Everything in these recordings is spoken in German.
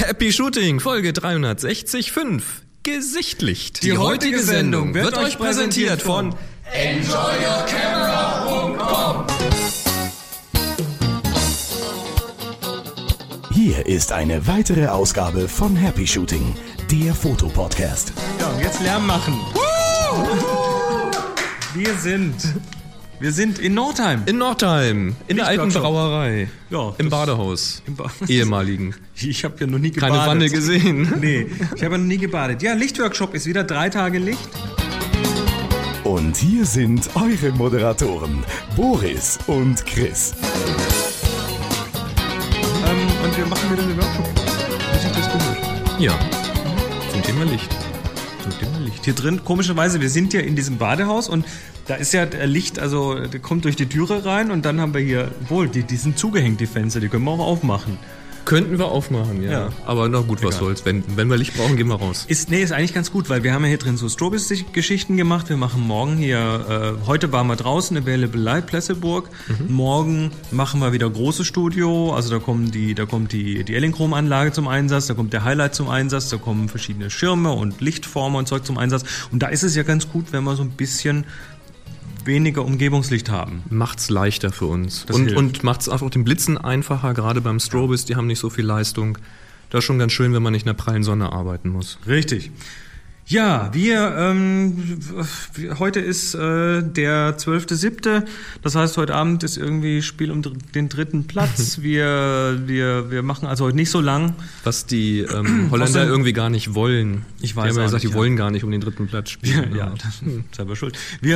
Happy Shooting, Folge 360.5. Gesichtlicht. Die heutige Sendung wird euch präsentiert von enjoyyourcamera.com. Hier ist eine weitere Ausgabe von Happy Shooting, der Fotopodcast. Ja, und jetzt Lärm machen. Wir sind in Nordheim. In Nordheim, in der alten Brauerei. Ja, im Badehaus. Ehemaligen. Ich habe ja noch nie gebadet. Keine Wanne gesehen. Nee, ich habe ja noch nie gebadet. Ja, Lichtworkshop ist wieder 3 Tage Licht. Und hier sind eure Moderatoren, Boris und Chris. Und wir machen wieder einen Workshop. Wie sich das gehört? Ja, zum Thema Licht. Hier drin, komischerweise, wir sind ja in diesem Badehaus und da ist ja Licht, also der kommt durch die Türe rein und dann haben wir hier, die sind zugehängt, die Fenster, die können wir auch aufmachen. Könnten wir aufmachen, ja. Aber na gut, was soll's. Wenn wir Licht brauchen, gehen wir raus. Ist eigentlich ganz gut, weil wir haben ja hier drin so Strobis-Geschichten gemacht. Wir machen morgen hier, heute waren wir draußen, Available Light, Plesseburg. Morgen machen wir wieder großes Studio. Also da kommt die Elinchrom-Anlage zum Einsatz, da kommt der Highlight zum Einsatz, da kommen verschiedene Schirme und Lichtformer und Zeug zum Einsatz. Und da ist es ja ganz gut, wenn wir so ein bisschen weniger Umgebungslicht haben. Macht's leichter für uns. Und macht's auch den Blitzen einfacher, gerade beim Strobis, die haben nicht so viel Leistung. Das ist schon ganz schön, wenn man nicht in der prallen Sonne arbeiten muss. Richtig. Ja, heute ist der 12.07., das heißt, heute Abend ist irgendwie Spiel um den 3. Platz. Wir machen also heute nicht so lang. Was die Holländer irgendwie gar nicht wollen. Ich weiß, die haben ja gesagt, die wollen gar nicht um den 3. Platz spielen. Ja, das ist selber schuld. Wir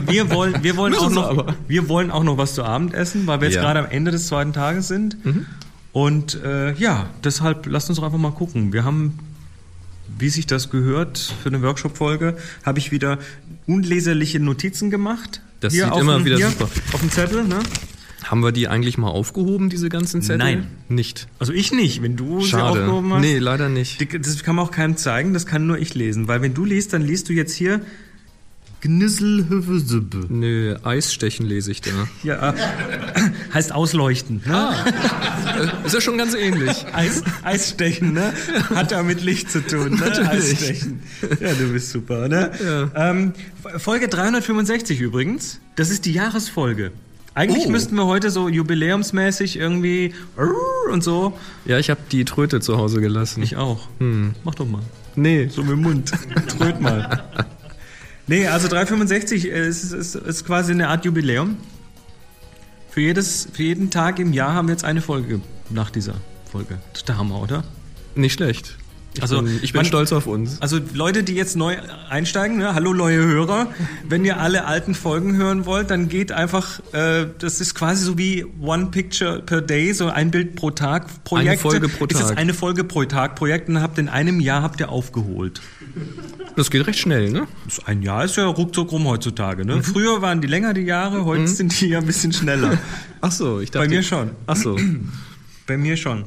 wollen auch noch was zu Abend essen, weil wir jetzt gerade am Ende des 2. Tages sind. Und deshalb lasst uns doch einfach mal gucken. Wir haben, wie sich das gehört, für eine Workshop-Folge, habe ich wieder unleserliche Notizen gemacht. Das sieht immer wieder super. Auf dem Zettel, ne? Haben wir die eigentlich mal aufgehoben, diese ganzen Zettel? Nein. Nicht. Also ich nicht, wenn du sie Schade. aufgehoben hast. Nee, leider nicht. Das kann man auch keinem zeigen, das kann nur ich lesen. Weil wenn du liest, dann liest du jetzt hier Gnisselhüvesüppe. Nö, Eisstechen lese ich da. Ja, heißt ausleuchten. Ne? Ist ja schon ganz ähnlich. Eisstechen, ne? Hat ja mit Licht zu tun, ne? Eisstechen. Ja, du bist super, ne? Ja. Folge 365 übrigens, das ist die Jahresfolge. Eigentlich müssten wir heute so jubiläumsmäßig irgendwie und so. Ja, ich habe die Tröte zu Hause gelassen. Ich auch. Mach doch mal. Nee. So mit dem Mund. Tröt mal. Nee, also 365 ist quasi eine Art Jubiläum. Für jeden Tag im Jahr haben wir jetzt eine Folge nach dieser Folge. Das ist der Hammer, oder? Nicht schlecht. Ich bin stolz auf uns. Also Leute, die jetzt neu einsteigen, ne? Hallo neue Hörer, wenn ihr alle alten Folgen hören wollt, dann geht einfach, das ist quasi so wie One Picture per Day, so ein Bild pro Tag Projekt. Eine Folge pro Tag. Ist das eine Folge pro Tag Projekt und in einem Jahr habt ihr aufgeholt. Das geht recht schnell, ne? Ein Jahr ist ja ruckzuck rum heutzutage, ne? Früher waren die länger, die Jahre, heute sind die ja ein bisschen schneller. Ach so, ich dachte... Bei mir schon. Ach so. Bei mir schon.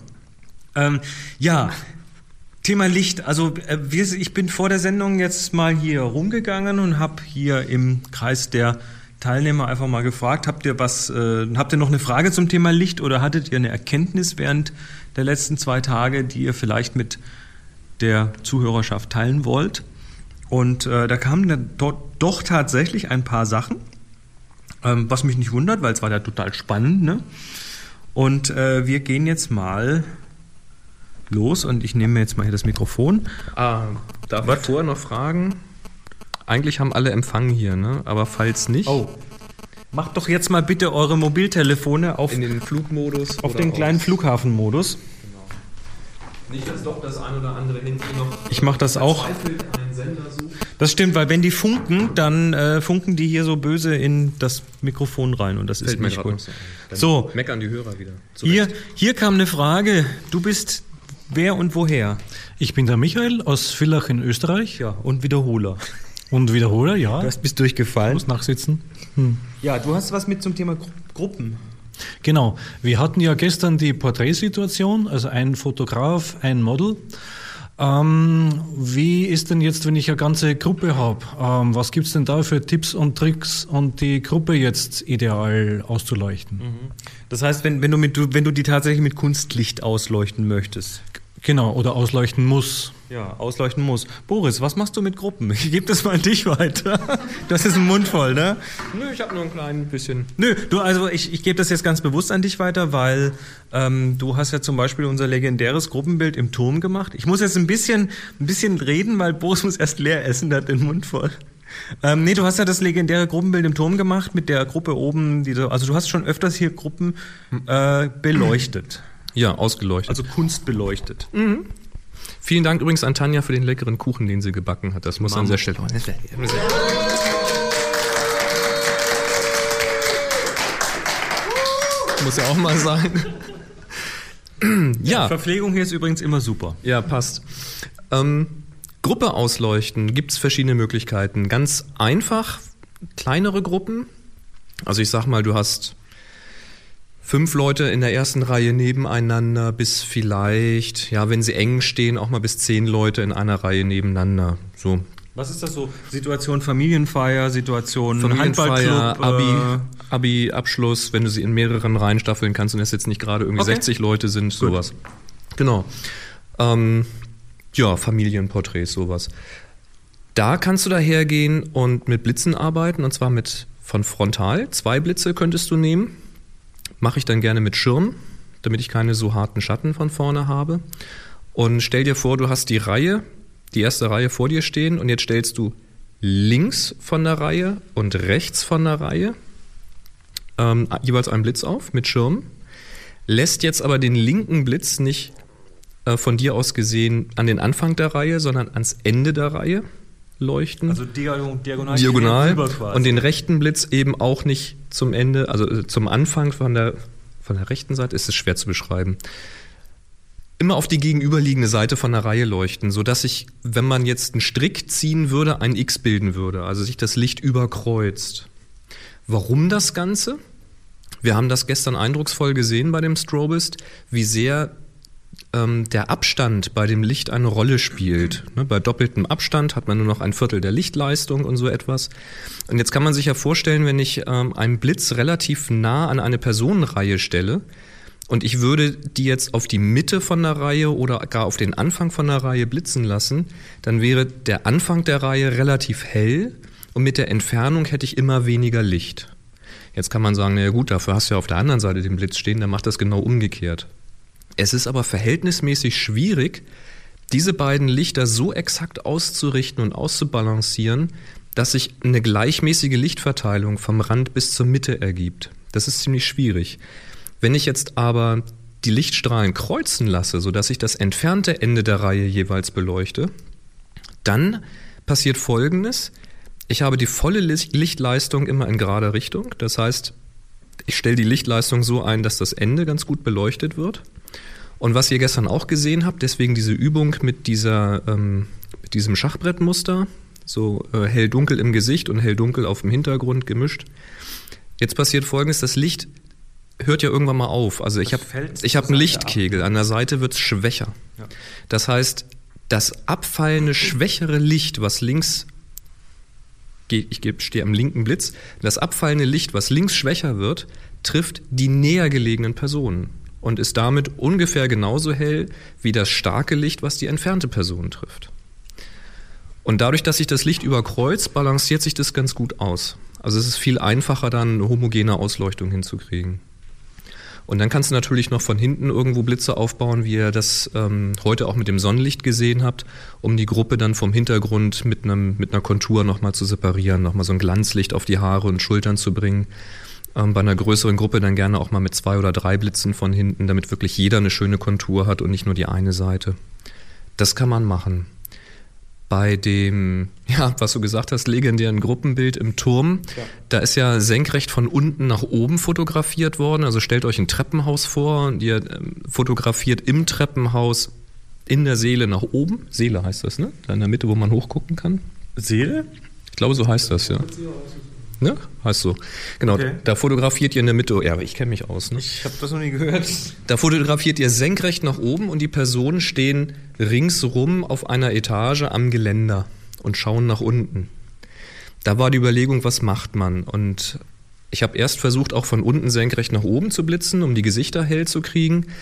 Thema Licht. Also ich bin vor der Sendung jetzt mal hier rumgegangen und habe hier im Kreis der Teilnehmer einfach mal gefragt, habt ihr noch eine Frage zum Thema Licht oder hattet ihr eine Erkenntnis während der letzten 2 Tage, die ihr vielleicht mit der Zuhörerschaft teilen wollt? Und da kamen dann dort doch tatsächlich ein paar Sachen, was mich nicht wundert, weil es war ja total spannend, ne? Und wir gehen jetzt mal los und ich nehme mir jetzt mal hier das Mikrofon. Darf ich vorher noch fragen? Eigentlich haben alle Empfang hier, ne? Aber falls nicht... Macht doch jetzt mal bitte eure Mobiltelefone in den Flugmodus. Auf den kleinen Flughafenmodus. Genau. Nicht, dass doch das ein oder andere Handy noch... Ich mache das auch. Einen Sender sucht. Das stimmt, weil wenn die funken, dann funken die hier so böse in das Mikrofon rein und das ist nicht gut. So. Meckern die Hörer wieder. Hier kam eine Frage. Du bist... Wer und woher? Ich bin der Michael aus Villach in Österreich. Ja, und Wiederholer. Und Wiederholer, ja. Du bist durchgefallen. Muss nachsitzen. Ja, du hast was mit zum Thema Gruppen. Genau. Wir hatten ja gestern die Porträtsituation, also ein Fotograf, ein Model. Wie ist denn jetzt, wenn ich eine ganze Gruppe habe? Was gibt's denn da für Tipps und Tricks, um die Gruppe jetzt ideal auszuleuchten? Das heißt, wenn du die tatsächlich mit Kunstlicht ausleuchten möchtest. Genau, oder ausleuchten muss. Ja, ausleuchten muss. Boris, was machst du mit Gruppen? Ich gebe das mal an dich weiter. Das ist ein Mund voll, ne? Nö, ich habe nur ein klein bisschen. Nö, ich gebe das jetzt ganz bewusst an dich weiter, weil du hast ja zum Beispiel unser legendäres Gruppenbild im Turm gemacht. Ich muss jetzt ein bisschen reden, weil Boris muss erst leer essen, der hat den Mund voll. Du hast ja das legendäre Gruppenbild im Turm gemacht mit der Gruppe oben. Also du hast schon öfters hier Gruppen beleuchtet. Ja, ausgeleuchtet. Also kunstbeleuchtet. Mhm. Vielen Dank übrigens an Tanja für den leckeren Kuchen, den sie gebacken hat. Das muss an der Stelle. Muss ja auch mal sein. Ja. Verpflegung hier ist übrigens immer super. Ja, passt. Gruppe ausleuchten, gibt's verschiedene Möglichkeiten. Ganz einfach, kleinere Gruppen. Also ich sag mal, du hast 5 Leute in der ersten Reihe nebeneinander, bis vielleicht, ja, wenn sie eng stehen, auch mal bis 10 Leute in einer Reihe nebeneinander. So. Was ist das so? Situation Familienfeier, Situation Handballclub, Handballclub, Abi-Abschluss, wenn du sie in mehreren Reihen staffeln kannst und es jetzt nicht gerade irgendwie 60 Leute sind, sowas. Genau. Ja, Familienporträts, sowas. Da kannst du dahergehen und mit Blitzen arbeiten, und zwar von frontal. 2 Blitze könntest du nehmen. Mache ich dann gerne mit Schirm, damit ich keine so harten Schatten von vorne habe. Und stell dir vor, du hast die erste Reihe vor dir stehen, und jetzt stellst du links von der Reihe und rechts von der Reihe jeweils einen Blitz auf mit Schirm, lässt jetzt aber den linken Blitz nicht von dir aus gesehen an den Anfang der Reihe, sondern ans Ende der Reihe leuchten. Also diagonal. Und den rechten Blitz eben auch nicht zum Ende, also zum Anfang von der rechten Seite, ist es schwer zu beschreiben. Immer auf die gegenüberliegende Seite von der Reihe leuchten, sodass sich, wenn man jetzt einen Strick ziehen würde, ein X bilden würde, also sich das Licht überkreuzt. Warum das Ganze? Wir haben das gestern eindrucksvoll gesehen bei dem Strobist, wie sehr der Abstand bei dem Licht eine Rolle spielt. Bei doppeltem Abstand hat man nur noch 1/4 der Lichtleistung und so etwas. Und jetzt kann man sich ja vorstellen, wenn ich einen Blitz relativ nah an eine Personenreihe stelle und ich würde die jetzt auf die Mitte von der Reihe oder gar auf den Anfang von der Reihe blitzen lassen, dann wäre der Anfang der Reihe relativ hell und mit der Entfernung hätte ich immer weniger Licht. Jetzt kann man sagen, naja gut, dafür hast du ja auf der anderen Seite den Blitz stehen, dann macht das genau umgekehrt. Es ist aber verhältnismäßig schwierig, diese beiden Lichter so exakt auszurichten und auszubalancieren, dass sich eine gleichmäßige Lichtverteilung vom Rand bis zur Mitte ergibt. Das ist ziemlich schwierig. Wenn ich jetzt aber die Lichtstrahlen kreuzen lasse, sodass ich das entfernte Ende der Reihe jeweils beleuchte, dann passiert Folgendes. Ich habe die volle Lichtleistung immer in gerader Richtung. Das heißt, ich stelle die Lichtleistung so ein, dass das Ende ganz gut beleuchtet wird. Und was ihr gestern auch gesehen habt, deswegen diese Übung mit diesem Schachbrettmuster, so hell-dunkel im Gesicht und hell-dunkel auf dem Hintergrund gemischt. Jetzt passiert Folgendes, das Licht hört ja irgendwann mal auf. Also ich habe einen Lichtkegel, an der Seite wird es schwächer. Ja. Das heißt, das abfallende, schwächere Licht, was links ich stehe am linken Blitz, das abfallende Licht, was links schwächer wird, trifft die näher gelegenen Personen und ist damit ungefähr genauso hell wie das starke Licht, was die entfernte Person trifft. Und dadurch, dass sich das Licht überkreuzt, balanciert sich das ganz gut aus. Also es ist viel einfacher, dann eine homogene Ausleuchtung hinzukriegen. Und dann kannst du natürlich noch von hinten irgendwo Blitze aufbauen, wie ihr das heute auch mit dem Sonnenlicht gesehen habt, um die Gruppe dann vom Hintergrund mit einer Kontur nochmal zu separieren, nochmal so ein Glanzlicht auf die Haare und Schultern zu bringen. Bei einer größeren Gruppe dann gerne auch mal mit 2 oder 3 Blitzen von hinten, damit wirklich jeder eine schöne Kontur hat und nicht nur die eine Seite. Das kann man machen. Bei dem, ja, was du gesagt hast, legendären Gruppenbild im Turm, da ist ja senkrecht von unten nach oben fotografiert worden. Also stellt euch ein Treppenhaus vor und ihr fotografiert im Treppenhaus in der Seele nach oben. Seele heißt das, ne? Da in der Mitte, wo man hochgucken kann. Seele? Ich glaube, so heißt das, ja. Ne? Heißt so. Genau, okay. Da fotografiert ihr in der Mitte, ja, aber ich kenne mich aus. Ne? Ich habe das noch nie gehört. Da fotografiert ihr senkrecht nach oben und die Personen stehen ringsrum auf einer Etage am Geländer und schauen nach unten. Da war die Überlegung, was macht man? Und ich habe erst versucht, auch von unten senkrecht nach oben zu blitzen, um die Gesichter hell zu kriegen.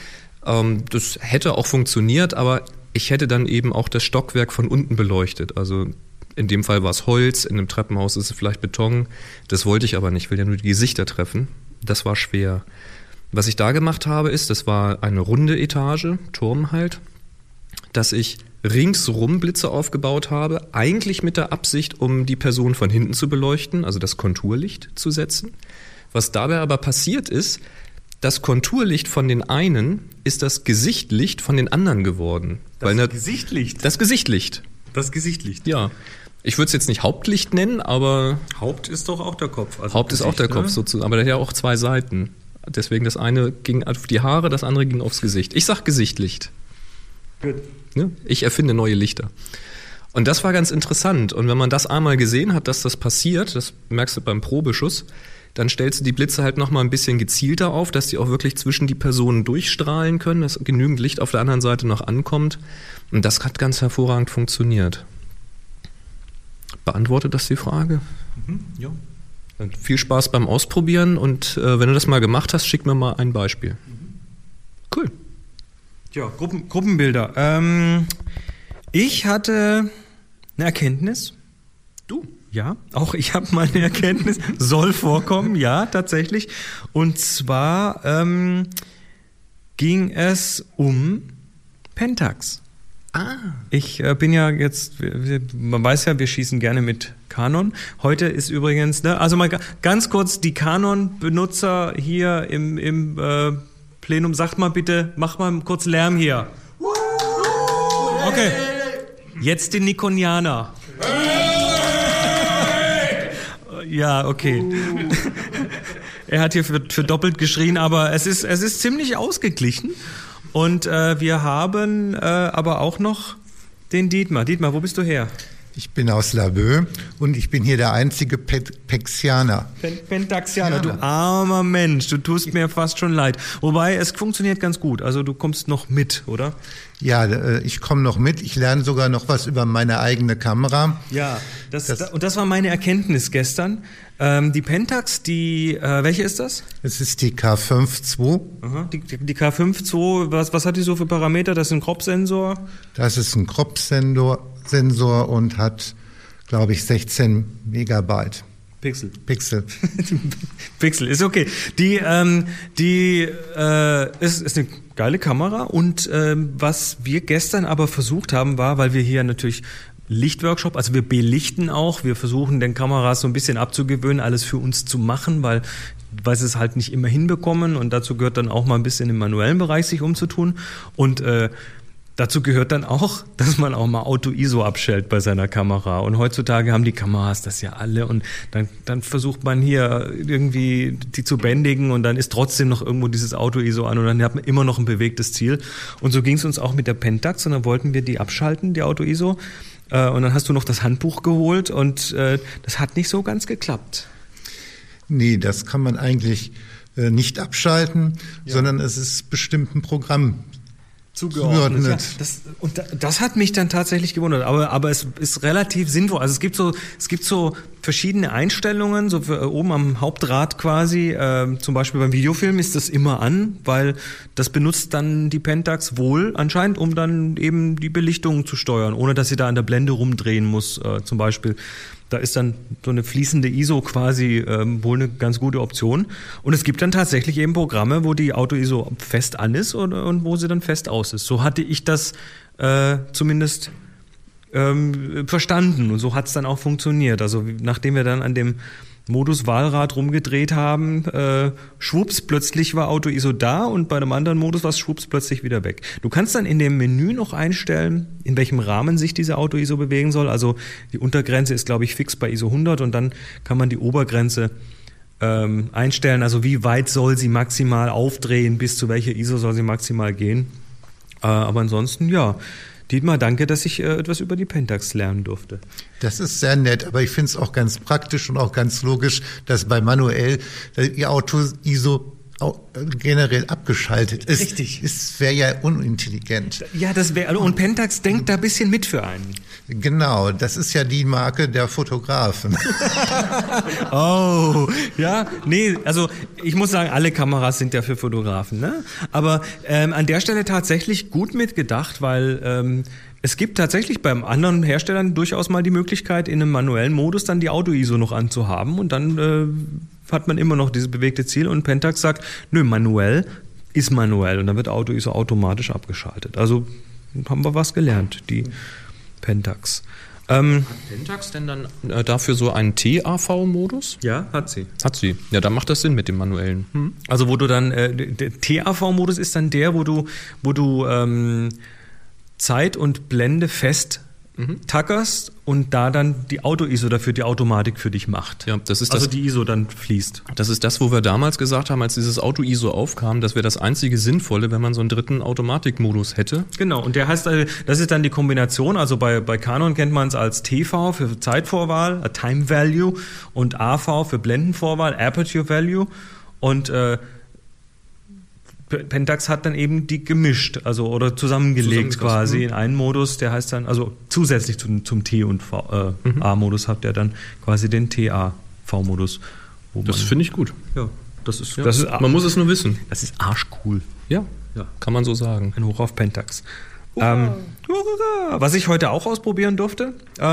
Das hätte auch funktioniert, aber ich hätte dann eben auch das Stockwerk von unten beleuchtet. Also in dem Fall war es Holz, in einem Treppenhaus ist es vielleicht Beton. Das wollte ich aber nicht, ich will ja nur die Gesichter treffen. Das war schwer. Was ich da gemacht habe, das war eine runde Etage, Turm halt, dass ich ringsrum Blitze aufgebaut habe, eigentlich mit der Absicht, um die Person von hinten zu beleuchten, also das Konturlicht zu setzen. Was dabei aber passiert ist, das Konturlicht von den einen ist das Gesichtlicht von den anderen geworden. Gesichtlicht? Das Gesichtlicht. Das Gesichtlicht. Ja. Ich würde es jetzt nicht Hauptlicht nennen, aber... Haupt ist doch auch der Kopf. Also Haupt Gesicht, ist auch der Kopf ne? sozusagen, aber der hat ja auch zwei Seiten. Deswegen das eine ging auf die Haare, das andere ging aufs Gesicht. Ich sag Gesichtlicht. Gut. Ne? Ich erfinde neue Lichter. Und das war ganz interessant. Und wenn man das einmal gesehen hat, dass das passiert, das merkst du beim Probeschuss, dann stellst du die Blitze halt nochmal ein bisschen gezielter auf, dass die auch wirklich zwischen die Personen durchstrahlen können, dass genügend Licht auf der anderen Seite noch ankommt. Und das hat ganz hervorragend funktioniert. Beantwortet das die Frage? Ja. Dann viel Spaß beim Ausprobieren und wenn du das mal gemacht hast, schick mir mal ein Beispiel. Cool. Ja, Gruppenbilder. Ich hatte eine Erkenntnis. Du? Ja, auch ich habe mal eine Erkenntnis. Soll vorkommen, ja, tatsächlich. Und zwar ging es um Pentax. Ich bin ja jetzt, man weiß ja, wir schießen gerne mit Canon. Heute ist übrigens, ne, also mal ganz kurz, die Canon-Benutzer hier im Plenum, sagt mal bitte, mach mal kurz Lärm hier. Okay. Jetzt die Nikonianer. Ja, okay. Er hat hier für doppelt geschrien, aber es ist ziemlich ausgeglichen. Und wir haben aber auch noch den Dietmar. Dietmar, wo bist du her? Ich bin aus Laboe und ich bin hier der einzige Pentaxianer. Pentaxianer, du armer Mensch, du tust mir fast schon leid. Wobei, es funktioniert ganz gut, also du kommst noch mit, oder? Ja, ich komme noch mit, ich lerne sogar noch was über meine eigene Kamera. Ja, und das war meine Erkenntnis gestern. Die Pentax, welche ist das? Es ist die K5 II. Aha, die K5 II, was hat die so für Parameter? Das ist ein Crop-Sensor? Das ist ein Crop-Sensor und hat, glaube ich, 16 Megabyte. Pixel. Pixel, ist okay. Die ist eine geile Kamera und was wir gestern aber versucht haben war, weil wir hier natürlich Lichtworkshop, also wir belichten auch, wir versuchen den Kameras so ein bisschen abzugewöhnen, alles für uns zu machen, weil sie es halt nicht immer hinbekommen und dazu gehört dann auch mal ein bisschen im manuellen Bereich sich umzutun und dazu gehört dann auch, dass man auch mal Auto-ISO abstellt bei seiner Kamera. Und heutzutage haben die Kameras das ja alle und dann versucht man hier irgendwie die zu bändigen und dann ist trotzdem noch irgendwo dieses Auto-ISO an und dann hat man immer noch ein bewegtes Ziel. Und so ging es uns auch mit der Pentax und dann wollten wir die abschalten, die Auto-ISO. Und dann hast du noch das Handbuch geholt und das hat nicht so ganz geklappt. Nee, das kann man eigentlich nicht abschalten, sondern es ist bestimmten Programm zugeordnet. Ja, das hat mich dann tatsächlich gewundert, aber es ist relativ sinnvoll. Also es gibt so verschiedene Einstellungen, so für, oben am Hauptrad quasi, zum Beispiel beim Videofilm ist das immer an, weil das benutzt dann die Pentax wohl anscheinend, um dann eben die Belichtung zu steuern, ohne dass sie da an der Blende rumdrehen muss, zum Beispiel. Da ist dann so eine fließende ISO quasi wohl eine ganz gute Option. Und es gibt dann tatsächlich eben Programme, wo die Auto-ISO fest an ist und wo sie dann fest aus ist. So hatte ich das zumindest verstanden und so hat es dann auch funktioniert. Also nachdem wir dann an dem Modus Wahlrad rumgedreht haben, schwupps, plötzlich war Auto-ISO da und bei einem anderen Modus war es schwupps plötzlich wieder weg. Du kannst dann in dem Menü noch einstellen, in welchem Rahmen sich diese Auto-ISO bewegen soll. Also die Untergrenze ist, glaube ich, fix bei ISO 100 und dann kann man die Obergrenze einstellen. Also wie weit soll sie maximal aufdrehen, bis zu welcher ISO soll sie maximal gehen. Aber ansonsten, ja. Dietmar, danke, dass ich etwas über die Pentax lernen durfte. Das ist sehr nett, aber ich finde es auch ganz praktisch und auch ganz logisch, dass bei manuell die Auto-ISO generell abgeschaltet ist. Richtig. Es wäre ja unintelligent. Ja, das wäre, und Pentax denkt da ein bisschen mit für einen. Genau, das ist ja die Marke der Fotografen. Oh, ja, nee, also ich muss sagen, alle Kameras sind ja für Fotografen, ne? Aber an der Stelle tatsächlich gut mitgedacht, weil es gibt tatsächlich beim anderen Herstellern durchaus mal die Möglichkeit, in einem manuellen Modus dann die Auto-ISO noch anzuhaben und dann hat man immer noch dieses bewegte Ziel und Pentax sagt, nö, manuell ist manuell und dann wird Auto-ISO automatisch abgeschaltet. Also haben wir was gelernt, die Pentax. Hat Pentax denn dann dafür so einen TAV-Modus? Ja, hat sie. Hat sie. Ja, dann macht das Sinn mit dem manuellen. Also wo du dann, der TAV-Modus ist dann der, wo du Zeit und Blende fest tackerst und da dann die Auto-ISO dafür die Automatik für dich macht. Ja, das ist also das, die ISO dann fließt. Das ist das, wo wir damals gesagt haben, als dieses Auto-ISO aufkam, das wäre das einzige Sinnvolle, wenn man so einen dritten Automatikmodus hätte. Genau, und der heißt, das ist dann die Kombination, also bei Canon kennt man es als TV für Zeitvorwahl, Time Value, und AV für Blendenvorwahl, Aperture Value, und Pentax hat dann eben die gemischt, also oder zusammengelegt quasi in einen Modus, der heißt dann, also zusätzlich zum T- und A-Modus hat der dann quasi den TA-V-Modus. Das finde ich gut. Ja, man muss es nur wissen. Das ist arschcool. Ja, kann man so sagen. Ein Hoch auf Pentax. Hurra! Was ich heute auch ausprobieren durfte,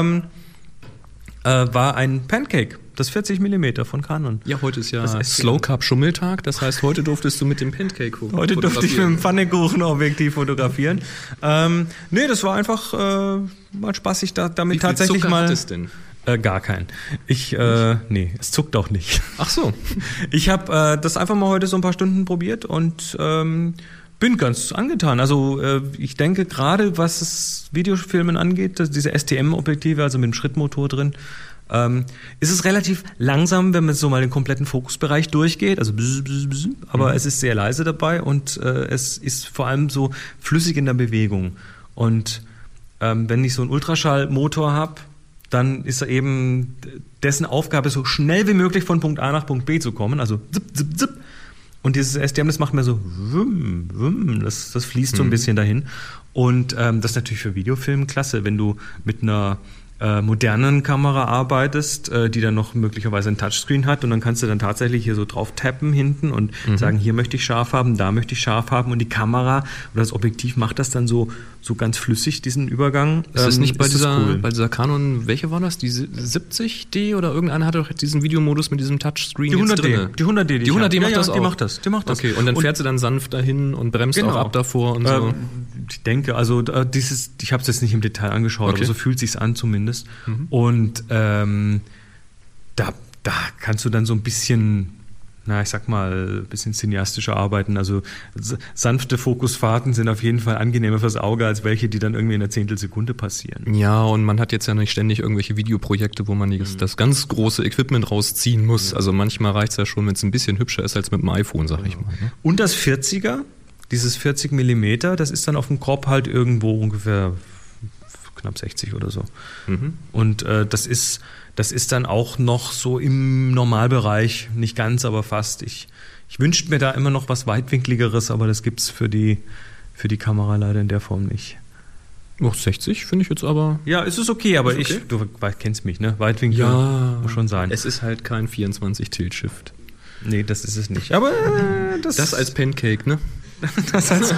war ein Pancake, das 40 mm von Canon. Ja, heute ist ja Slow Carb Schummeltag, das heißt, heute durftest du mit dem Pancake Heute durfte ich mit dem Pfannekuchen-Objektiv fotografieren. Nee, das war einfach mal spaßig, damit Wie viel tatsächlich Zucker mal. Hat es denn? Gar keinen. Nee, es zuckt auch nicht. Ach so. Ich habe das einfach mal heute so ein paar Stunden probiert und bin ganz angetan. Also ich denke gerade, was das Videofilmen angeht, diese STM-Objektive, also mit dem Schrittmotor drin, ist es relativ langsam, wenn man so mal den kompletten Fokusbereich durchgeht, also aber es ist sehr leise dabei und es ist vor allem so flüssig in der Bewegung. Und wenn ich so einen Ultraschallmotor habe, dann ist eben dessen Aufgabe, so schnell wie möglich von Punkt A nach Punkt B zu kommen, also zip, zip, zip. Und dieses STM, das macht mir so wum, wum, das fließt so ein bisschen dahin. Und das ist natürlich für Videofilm klasse, wenn du mit einer modernen Kamera arbeitest, die dann noch möglicherweise ein Touchscreen hat und dann kannst du dann tatsächlich hier so drauf tappen hinten und sagen, hier möchte ich scharf haben, da möchte ich scharf haben und die Kamera oder das Objektiv macht das dann so ganz flüssig, diesen Übergang. Ist das nicht bei dieser Canon, welche war das? Die 70D oder irgendeiner hatte doch diesen Videomodus mit diesem Touchscreen die 100D, drin? Die 100D, die 100D macht das auch? Die macht das. Okay, und dann fährt sie dann sanft dahin und bremst auch ab davor und so. Ich denke, also ich habe es jetzt nicht im Detail angeschaut, aber so fühlt sich's an zumindest. Und da kannst du dann so ein bisschen, ich sag mal, ein bisschen cineastischer arbeiten. Also sanfte Fokusfahrten sind auf jeden Fall angenehmer fürs Auge als welche, die dann irgendwie in einer Zehntelsekunde passieren. Ja, und man hat jetzt ja nicht ständig irgendwelche Videoprojekte, wo man das ganz große Equipment rausziehen muss. Ja. Also manchmal reicht's ja schon, wenn es ein bisschen hübscher ist als mit dem iPhone, sag ich mal. Ne? Und das 40er, dieses 40 mm, das ist dann auf dem Crop halt irgendwo ungefähr knapp 60 oder so. Und das ist dann auch noch so im Normalbereich, nicht ganz, aber fast. Ich wünschte mir da immer noch was Weitwinkligeres, aber das gibt's für die Kamera leider in der Form nicht. Auch 60 finde ich jetzt aber... Ja, es ist okay, aber okay. Du kennst mich, ne? Weitwinkel muss schon sein. Es ist halt kein 24 Tilt-Shift. Nee, das ist es nicht. Aber das als Pancake, ne? Das heißt,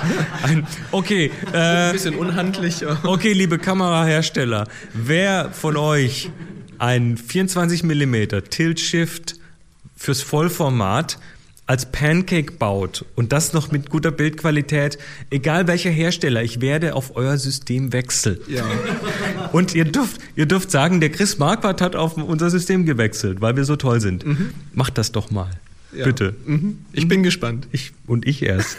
okay. Ein bisschen unhandlich. Okay, liebe Kamerahersteller, wer von euch ein 24 mm Tilt-Shift fürs Vollformat als Pancake baut und das noch mit guter Bildqualität, egal welcher Hersteller, ich werde auf euer System wechseln. Ja. Und ihr dürft sagen, der Chris Marquardt hat auf unser System gewechselt, weil wir so toll sind. Macht das doch mal. Ja. Bitte. Ich bin gespannt. Ich erst.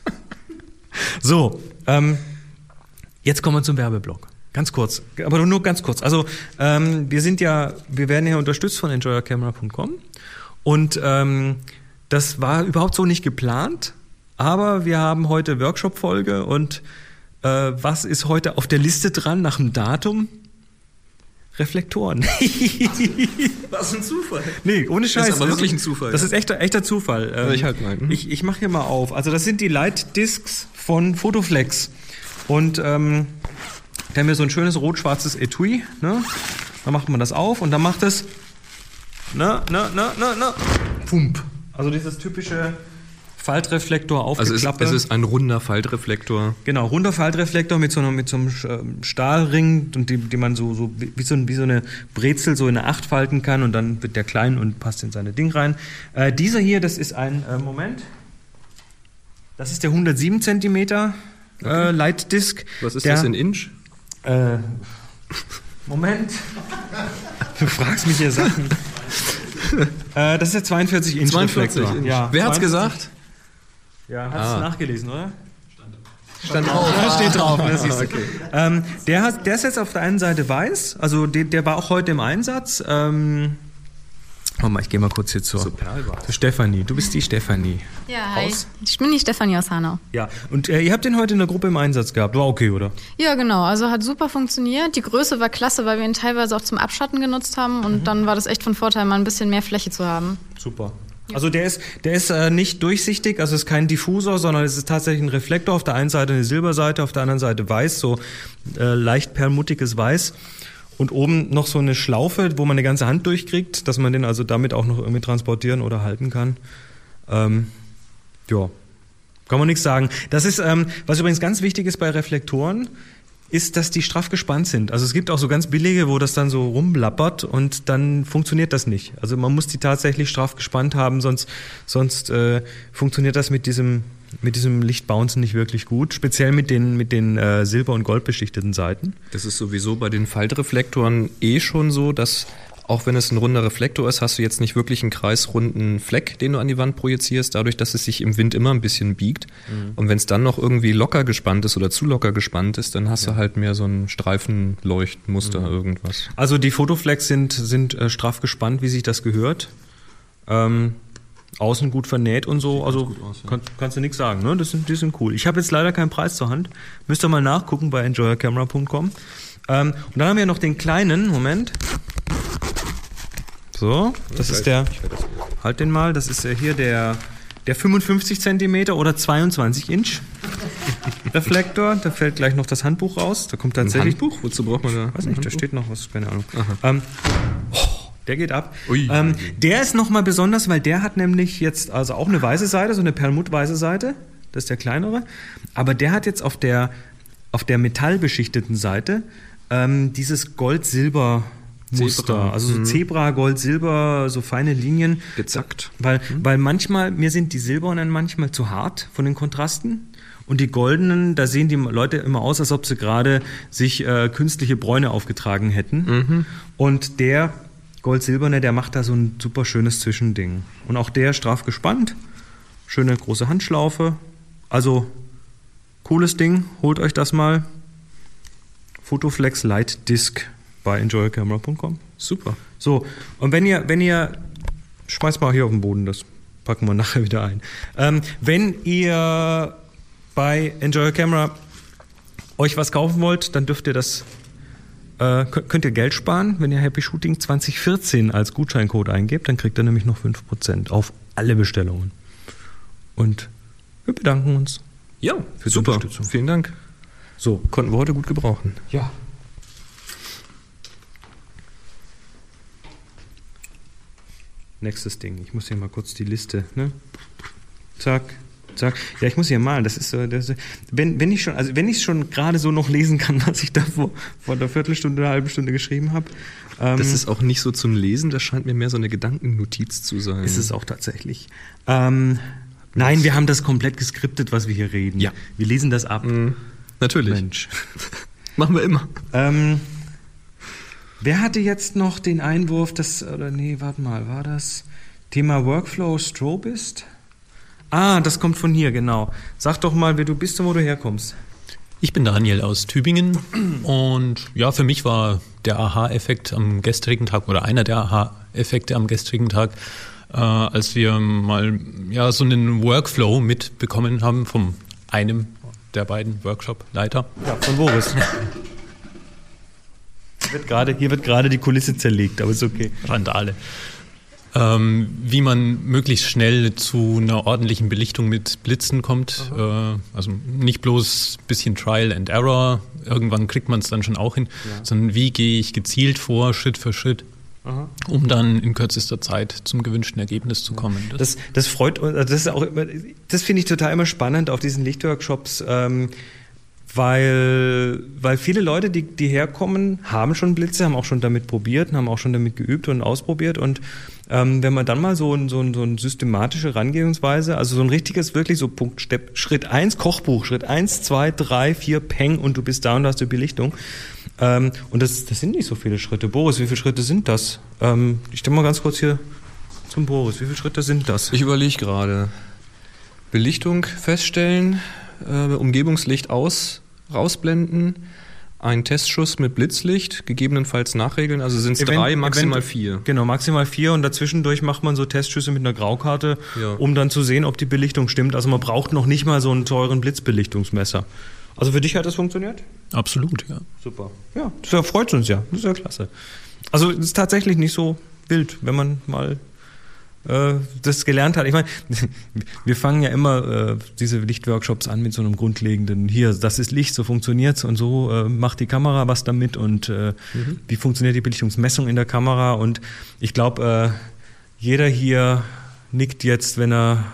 So, jetzt kommen wir zum Werbeblock. Ganz kurz, aber nur ganz kurz. Also wir werden ja unterstützt von enjoyercamera.com und das war überhaupt so nicht geplant, aber wir haben heute Workshop-Folge und was ist heute auf der Liste dran nach dem Datum? Reflektoren. Was ein Zufall. Nee, ohne Scheiß. Das ist aber wirklich ein Zufall. Das ist echter Zufall. Ich halt mal. Ich mache hier mal auf. Also das sind die Light Discs von Photoflex. Und da haben wir so ein schönes rot-schwarzes Etui. Ne? Da macht man das auf und dann macht es Pump. Also dieses typische Faltreflektor aufgeklappt. Also es ist ein runder Faltreflektor. Genau, runder Faltreflektor mit so einem Stahlring, und die man so wie so eine Brezel so in eine 8 falten kann, und dann wird der klein und passt in seine Ding rein. Dieser hier, das ist ein, das ist der 107 cm Light Disc. Was ist das in Inch? Moment. Du fragst mich hier Sachen. Das ist der 42 Inch Reflektor. Ja, wer hat's gesagt? Ja, hat's nachgelesen, oder? Stand drauf. Ja, steht drauf. Das ist Okay. der ist jetzt auf der einen Seite weiß, also der war auch heute im Einsatz. Warte mal, ich gehe mal kurz hier zur Stefanie. Du bist die Stefanie. Ja, hi. Ich bin die Stefanie aus Hanau. Ja, und ihr habt den heute in der Gruppe im Einsatz gehabt. War okay, oder? Ja, genau. Also hat super funktioniert. Die Größe war klasse, weil wir ihn teilweise auch zum Abschatten genutzt haben. Und dann war das echt von Vorteil, mal ein bisschen mehr Fläche zu haben. Super. Also der ist nicht durchsichtig, also es ist kein Diffusor, sondern es ist tatsächlich ein Reflektor. Auf der einen Seite eine Silberseite, auf der anderen Seite weiß, so leicht perlmuttiges Weiß. Und oben noch so eine Schlaufe, wo man eine ganze Hand durchkriegt, dass man den also damit auch noch irgendwie transportieren oder halten kann. Ja, kann man nichts sagen. Das ist, was übrigens ganz wichtig ist bei Reflektoren, ist, dass die straff gespannt sind. Also es gibt auch so ganz billige, wo das dann so rumblappert und dann funktioniert das nicht. Also man muss die tatsächlich straff gespannt haben, sonst funktioniert das mit diesem Lichtbouncen nicht wirklich gut, speziell mit den silber- und goldbeschichteten Seiten. Das ist sowieso bei den Faltreflektoren schon so, dass auch wenn es ein runder Reflektor ist, hast du jetzt nicht wirklich einen kreisrunden Fleck, den du an die Wand projizierst, dadurch, dass es sich im Wind immer ein bisschen biegt. Mhm. Und wenn es dann noch irgendwie locker gespannt ist oder zu locker gespannt ist, dann hast du halt mehr so ein Streifenleuchtmuster, irgendwas. Also die Photoflex sind straff gespannt, wie sich das gehört. Außen gut vernäht und so, also kannst du nichts sagen, ne? Die sind cool. Ich habe jetzt leider keinen Preis zur Hand. Müsst ihr mal nachgucken bei enjoyercamera.com. Und dann haben wir noch den kleinen, Moment. So, das ist der, halt den mal, das ist hier der 55 cm oder 22 Inch Reflektor. Da fällt gleich noch das Handbuch raus. Da kommt tatsächlich. Ein Handbuch? Wozu braucht man da? Weiß nicht, da steht noch was, keine Ahnung. Der geht ab. Ui. Der ist nochmal besonders, weil der hat nämlich jetzt also auch eine weiße Seite, so eine perlmuttweiße Seite. Das ist der kleinere. Aber der hat jetzt auf der metallbeschichteten Seite dieses Gold-Silber Muster, also so Zebra, Gold, Silber, so feine Linien. Gezackt. Weil manchmal, mir sind die silbernen manchmal zu hart von den Kontrasten. Und die goldenen, da sehen die Leute immer aus, als ob sie gerade sich künstliche Bräune aufgetragen hätten. Mhm. Und der Gold-Silberne, der macht da so ein super schönes Zwischending. Und auch der straff gespannt. Schöne große Handschlaufe. Also, cooles Ding. Holt euch das mal. Photoflex Light Disc bei enjoyercamera.com. Super. So, und wenn ihr schmeißt mal hier auf den Boden, das packen wir nachher wieder ein. Wenn ihr bei Enjoy Your Camera euch was kaufen wollt, dann dürft ihr das, könnt ihr Geld sparen, wenn ihr Happy Shooting 2014 als Gutscheincode eingebt, dann kriegt ihr nämlich noch 5% auf alle Bestellungen. Und wir bedanken uns. Ja, für die super. Unterstützung. Vielen Dank. So. Konnten wir heute gut gebrauchen. Ja. Nächstes Ding. Ich muss hier mal kurz die Liste, ne? Zack, zack. Ja, ich muss hier malen. Das ist so, wenn ich es schon gerade so noch lesen kann, was ich da vor einer Viertelstunde, einer halben Stunde geschrieben habe. Das ist auch nicht so zum Lesen, das scheint mir mehr so eine Gedankennotiz zu sein. Ist es auch tatsächlich. Nein, wir haben das komplett geskriptet, was wir hier reden. Ja. Wir lesen das ab. Natürlich. Mensch. Machen wir immer. Wer hatte jetzt noch den Einwurf, war das Thema Workflow Strobist? Das kommt von hier, genau. Sag doch mal, wer du bist und wo du herkommst. Ich bin Daniel aus Tübingen und ja, für mich war der Aha-Effekt am gestrigen Tag oder einer der Aha-Effekte am gestrigen Tag, als wir mal so einen Workflow mitbekommen haben von einem der beiden Workshop-Leiter. Ja, von Boris. Hier wird gerade die Kulisse zerlegt, aber ist okay. Randale. Wie man möglichst schnell zu einer ordentlichen Belichtung mit Blitzen kommt. Also nicht bloß ein bisschen Trial and Error, irgendwann kriegt man es dann schon auch hin, sondern wie gehe ich gezielt vor, Schritt für Schritt, um dann in kürzester Zeit zum gewünschten Ergebnis zu kommen. Das freut uns, das ist auch immer, das finde ich total immer spannend auf diesen Lichtworkshops, weil viele Leute, die herkommen, haben schon Blitze, haben auch schon damit probiert, haben auch schon damit geübt und ausprobiert und wenn man dann mal so eine systematische Herangehensweise, also so ein richtiges, wirklich so Punkt, Schritt 1, Kochbuch, Schritt 1, 2, 3, 4, Peng und du bist da und hast die Belichtung. Und das sind nicht so viele Schritte. Boris, wie viele Schritte sind das? Ich stelle mal ganz kurz hier zum Boris. Wie viele Schritte sind das? Ich überlege gerade. Belichtung feststellen, Umgebungslicht rausblenden, ein Testschuss mit Blitzlicht, gegebenenfalls nachregeln, also sind es 3, maximal 4. Genau, maximal 4 und dazwischendurch macht man so Testschüsse mit einer Graukarte, um dann zu sehen, ob die Belichtung stimmt. Also man braucht noch nicht mal so einen teuren Blitzbelichtungsmesser. Also für dich hat das funktioniert? Absolut, ja. Super. Ja, das freut uns ja. Das ist ja klasse. Also es ist tatsächlich nicht so wild, wenn man mal das gelernt hat. Ich meine, wir fangen ja immer diese Lichtworkshops an mit so einem grundlegenden, hier, das ist Licht, so funktioniert's und so macht die Kamera was damit und wie funktioniert die Belichtungsmessung in der Kamera und ich glaube, jeder hier nickt jetzt, wenn er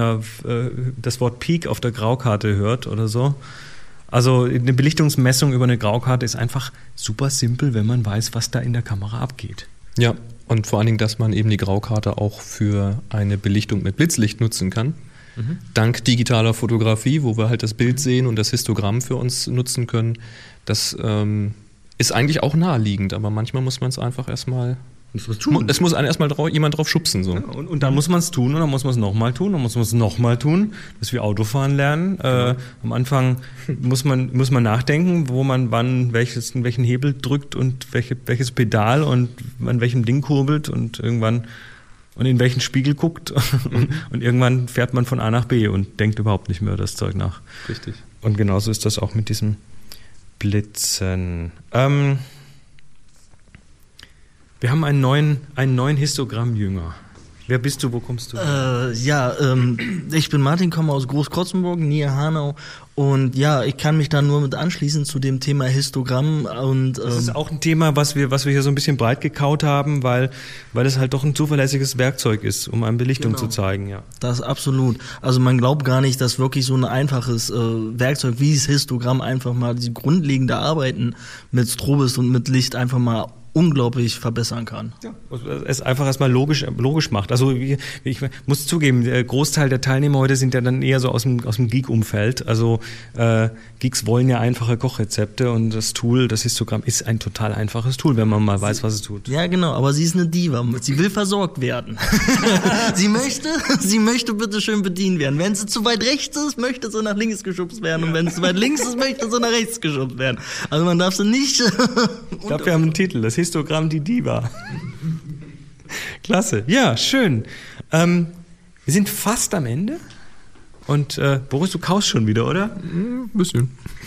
das Wort Peak auf der Graukarte hört oder so. Also eine Belichtungsmessung über eine Graukarte ist einfach super simpel, wenn man weiß, was da in der Kamera abgeht. Ja, und vor allen Dingen, dass man eben die Graukarte auch für eine Belichtung mit Blitzlicht nutzen kann. Dank digitaler Fotografie, wo wir halt das Bild sehen und das Histogramm für uns nutzen können. Das ist eigentlich auch naheliegend, aber manchmal muss man es einfach erstmal... Es muss einen erstmal jemand drauf schubsen. So. Ja, und dann muss man es tun und dann muss man es nochmal tun, dann muss man es nochmal tun, dass wir Autofahren lernen. Am Anfang muss man nachdenken, wo man wann welchen Hebel drückt und welches Pedal und an welchem Ding kurbelt und irgendwann und in welchen Spiegel guckt und irgendwann fährt man von A nach B und denkt überhaupt nicht mehr das Zeug nach. Richtig. Und genauso ist das auch mit diesem Blitzen. Wir haben einen neuen Histogrammjünger. Wer bist du, wo kommst du? Ich bin Martin, komme aus Großkotzenburg, nähe Hanau. Und ja, ich kann mich da nur mit anschließen zu dem Thema Histogramm. Und das ist auch ein Thema, was wir hier so ein bisschen breit gekaut haben, weil es halt doch ein zuverlässiges Werkzeug ist, um eine Belichtung zu zeigen. Ja. Das absolut. Also man glaubt gar nicht, dass wirklich so ein einfaches Werkzeug wie das Histogramm einfach mal die grundlegende Arbeiten mit Strobis und mit Licht einfach mal unglaublich verbessern kann. Ja, es einfach erstmal logisch macht. Also ich muss zugeben, der Großteil der Teilnehmer heute sind ja dann eher so aus dem Geek-Umfeld. Also Geeks wollen ja einfache Kochrezepte und das Tool, das Histogramm, ist ein total einfaches Tool, wenn man mal weiß, was es tut. Ja, genau, aber sie ist eine Diva. Sie will versorgt werden. sie möchte bitte schön bedient werden. Wenn sie zu weit rechts ist, möchte sie nach links geschubst werden. Und wenn sie zu weit links ist, möchte sie nach rechts geschubst werden. Also man darf sie nicht... Ich glaube, wir haben einen Titel, das Histogramm die Diva. Klasse. Ja, schön. Wir sind fast am Ende. Und Boris, du kaust schon wieder, oder? Ein bisschen.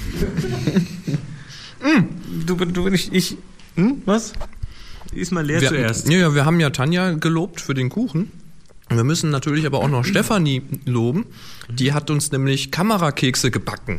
Was? Iss mal leer zuerst. Ja, wir haben ja Tanja gelobt für den Kuchen. Wir müssen natürlich aber auch noch Stefanie loben. Die hat uns nämlich Kamerakekse gebacken.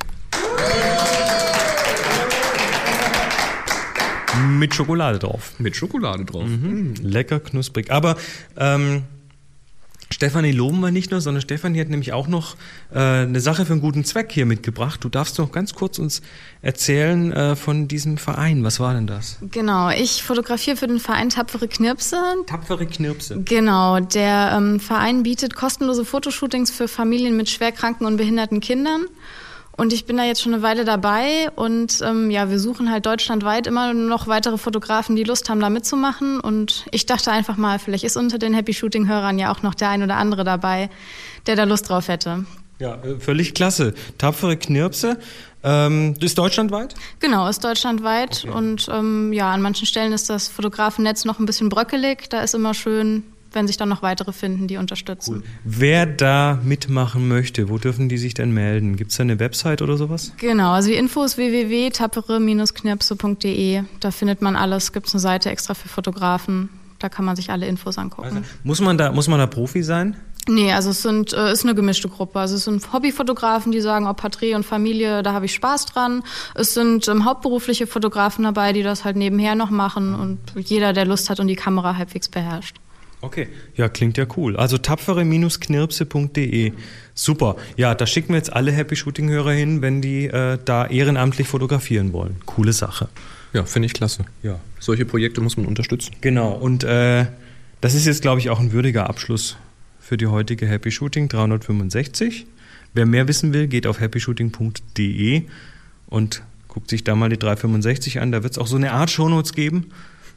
Mit Schokolade drauf. Lecker, knusprig. Aber Stefanie loben wir nicht nur, sondern Stefanie hat nämlich auch noch eine Sache für einen guten Zweck hier mitgebracht. Du darfst noch ganz kurz uns erzählen von diesem Verein. Was war denn das? Genau, ich fotografiere für den Verein Tapfere Knirpse. Tapfere Knirpse. Genau, der Verein bietet kostenlose Fotoshootings für Familien mit schwerkranken und behinderten Kindern. Und ich bin da jetzt schon eine Weile dabei und wir suchen halt deutschlandweit immer noch weitere Fotografen, die Lust haben, da mitzumachen. Und ich dachte einfach mal, vielleicht ist unter den Happy Shooting-Hörern ja auch noch der ein oder andere dabei, der da Lust drauf hätte. Ja, völlig klasse. Tapfere Knirpse, ist deutschlandweit? Genau, ist deutschlandweit. Okay. Und an manchen Stellen ist das Fotografennetz noch ein bisschen bröckelig. Da ist immer schön, wenn sich dann noch weitere finden, die unterstützen. Cool. Wer da mitmachen möchte, wo dürfen die sich denn melden? Gibt es da eine Website oder sowas? Genau, also die Info ist www.tapfere-knirpse.de. Da findet man alles. Gibt es eine Seite extra für Fotografen. Da kann man sich alle Infos angucken. Also, muss man da Profi sein? Nee, also es ist eine gemischte Gruppe. Also es sind Hobbyfotografen, die sagen, Porträt und Familie, da habe ich Spaß dran. Es sind hauptberufliche Fotografen dabei, die das halt nebenher noch machen und jeder, der Lust hat und die Kamera halbwegs beherrscht. Okay, ja, klingt ja cool. Also tapfere-knirpse.de. Super. Ja, da schicken wir jetzt alle Happy Shooting-Hörer hin, wenn die da ehrenamtlich fotografieren wollen. Coole Sache. Ja, finde ich klasse. Ja. Solche Projekte muss man unterstützen. Genau, und das ist jetzt, glaube ich, auch ein würdiger Abschluss für die heutige Happy Shooting 365. Wer mehr wissen will, geht auf happyshooting.de und guckt sich da mal die 365 an. Da wird es auch so eine Art Shownotes geben.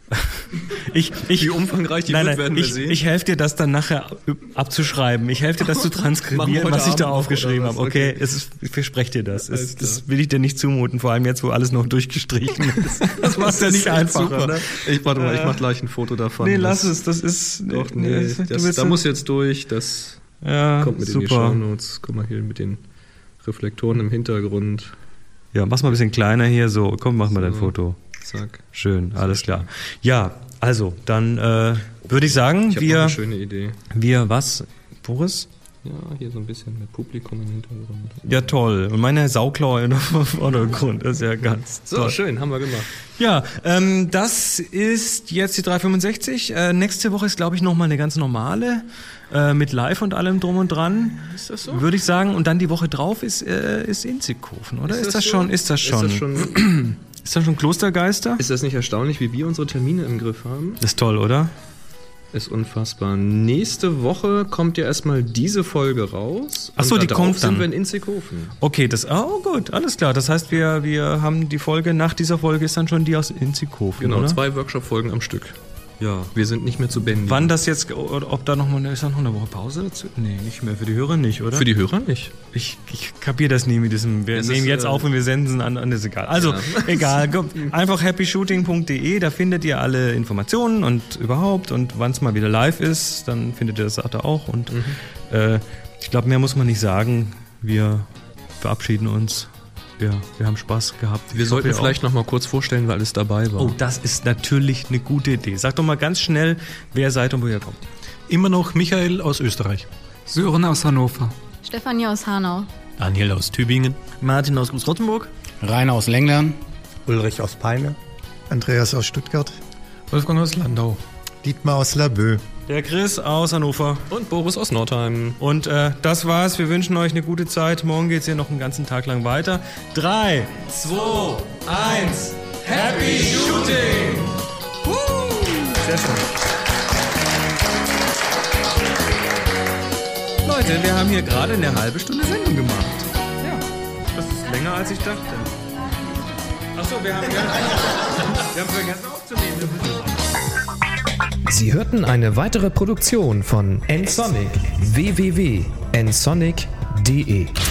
Wie umfangreich die wird, werden wir sehen. Ich helfe dir, das dann nachher abzuschreiben. Ich helfe dir, das zu transkribieren, was ich da aufgeschrieben habe. Okay, ich verspreche dir das. Das will ich dir nicht zumuten, vor allem jetzt, wo alles noch durchgestrichen ist. Das macht ja nicht einfacher. Ne? Ich mache gleich ein Foto davon. Nee, lass es. Das ist... Doch, nee, da muss jetzt durch. Das kommt mit in die Shownotes. Guck mal hier mit den Reflektoren im Hintergrund. Ja, mach's mal ein bisschen kleiner hier. So, komm, mach mal dein Foto. Zack. Schön, alles klar. Ja, also, dann würde ich sagen, ich habe eine schöne Idee. Wir was, Boris? Ja, hier so ein bisschen mit Publikum im Hintergrund. Ja, toll. Und meine Sauklaue im Vordergrund ist ja ganz toll. So, schön, haben wir gemacht. Ja, das ist jetzt die 365. Nächste Woche ist, glaube ich, nochmal eine ganz normale mit Live und allem drum und dran. Ist das so? Würde ich sagen. Und dann die Woche drauf ist Inzighofen, oder? Ist das schon? Ist das schon Klostergeister? Ist das nicht erstaunlich, wie wir unsere Termine im Griff haben? Das ist toll, oder? Ist unfassbar. Nächste Woche kommt ja erstmal diese Folge raus. Ach so, die kommt dann. Sind wir in Inzighofen. Okay, gut, alles klar. Das heißt, wir haben die Folge, nach dieser Folge ist dann schon die aus Inzighofen, genau, oder? 2 Workshop-Folgen am Stück. Ja, wir sind nicht mehr zu bändigen. Wann das jetzt, ob da noch mal, ist da noch eine Woche Pause dazu? Nee, nicht mehr. Für die Hörer nicht, oder? Für die Hörer nicht. Ich kapiere das nie mit diesem, wir nehmen jetzt auf und wir senden es an, ist egal. Also, egal, einfach happyshooting.de, da findet ihr alle Informationen und überhaupt und wann es mal wieder live ist, dann findet ihr das da auch und ich glaube, mehr muss man nicht sagen. Wir verabschieden uns. Ja, wir haben Spaß gehabt. Wir sollten vielleicht noch mal kurz vorstellen, wer alles dabei war. Oh, das ist natürlich eine gute Idee. Sag doch mal ganz schnell, wer ihr seid und woher kommt. Immer noch Michael aus Österreich. Sören aus Hannover. Stefanie aus Hanau. Daniel aus Tübingen. Martin aus Großrottenburg. Rainer aus Lenglern. Ulrich aus Peine. Andreas aus Stuttgart. Wolfgang aus Landau. Dietmar aus Laboe. Der Chris aus Hannover. Und Boris aus Nordheim. Und das war's. Wir wünschen euch eine gute Zeit. Morgen geht's hier noch einen ganzen Tag lang weiter. 3, 2, 1. Happy Shooting! Sehr schön. Leute, wir haben hier gerade eine halbe Stunde Sendung gemacht. Ja, das ist länger als ich dachte. Achso, wir haben vergessen aufzunehmen. Sie hörten eine weitere Produktion von nsonic. www.nsonic.de